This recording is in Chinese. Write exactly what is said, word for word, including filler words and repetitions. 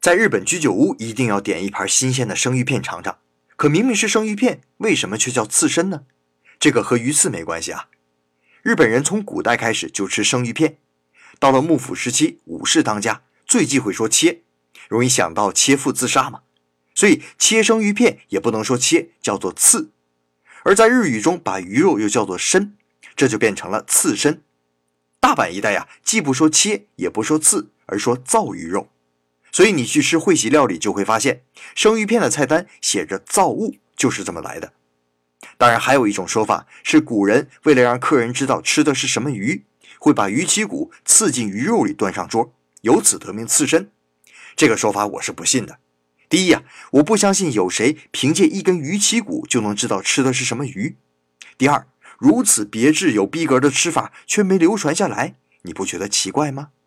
在日本居酒屋一定要点一盘新鲜的生鱼片尝尝，可明明是生鱼片，为什么却叫刺身呢？这个和鱼刺没关系啊。日本人从古代开始就吃生鱼片，到了幕府时期，武士当家，最忌讳说切，容易想到切腹自杀嘛，所以切生鱼片也不能说切，叫做刺。而在日语中把鱼肉又叫做身，这就变成了刺身。大阪一带呀、啊，既不说切也不说刺，而说造鱼肉。所以你去吃会席料理就会发现，生鱼片的菜单写着造物，就是这么来的。当然还有一种说法是，古人为了让客人知道吃的是什么鱼，会把鱼鳍骨刺进鱼肉里端上桌，由此得名刺身。这个说法我是不信的。第一呀、啊，我不相信有谁凭借一根鱼鳍骨就能知道吃的是什么鱼。第二，如此别致有逼格的吃法却没流传下来，你不觉得奇怪吗？